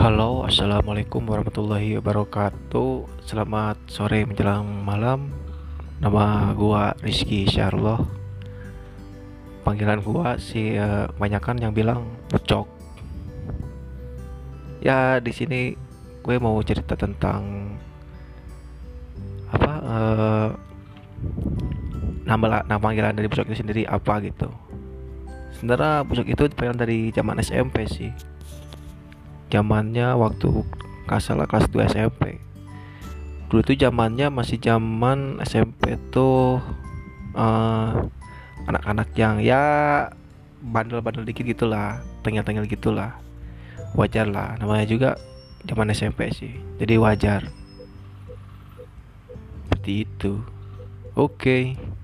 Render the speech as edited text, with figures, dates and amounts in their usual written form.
Halo, assalamualaikum warahmatullahi wabarakatuh. Selamat sore menjelang malam. Nama gua Rizky Syarloh. Panggilan gua sih kebanyakan yang bilang Ucok. Ya di sini gue mau cerita tentang apa nama panggilan dari Ucok itu sendiri apa gitu. Sebenarnya Ucok itu dipanggil dari zaman SMP sih. Zamannya waktu nggak salah kelas 2 SMP. Dulu tuh zamannya masih zaman SMP tuh eh, anak-anak yang ya bandel-bandel dikit gitulah, tengil-tengil gitulah. Wajar lah, namanya juga zaman SMP sih. Jadi wajar. Seperti itu. Oke.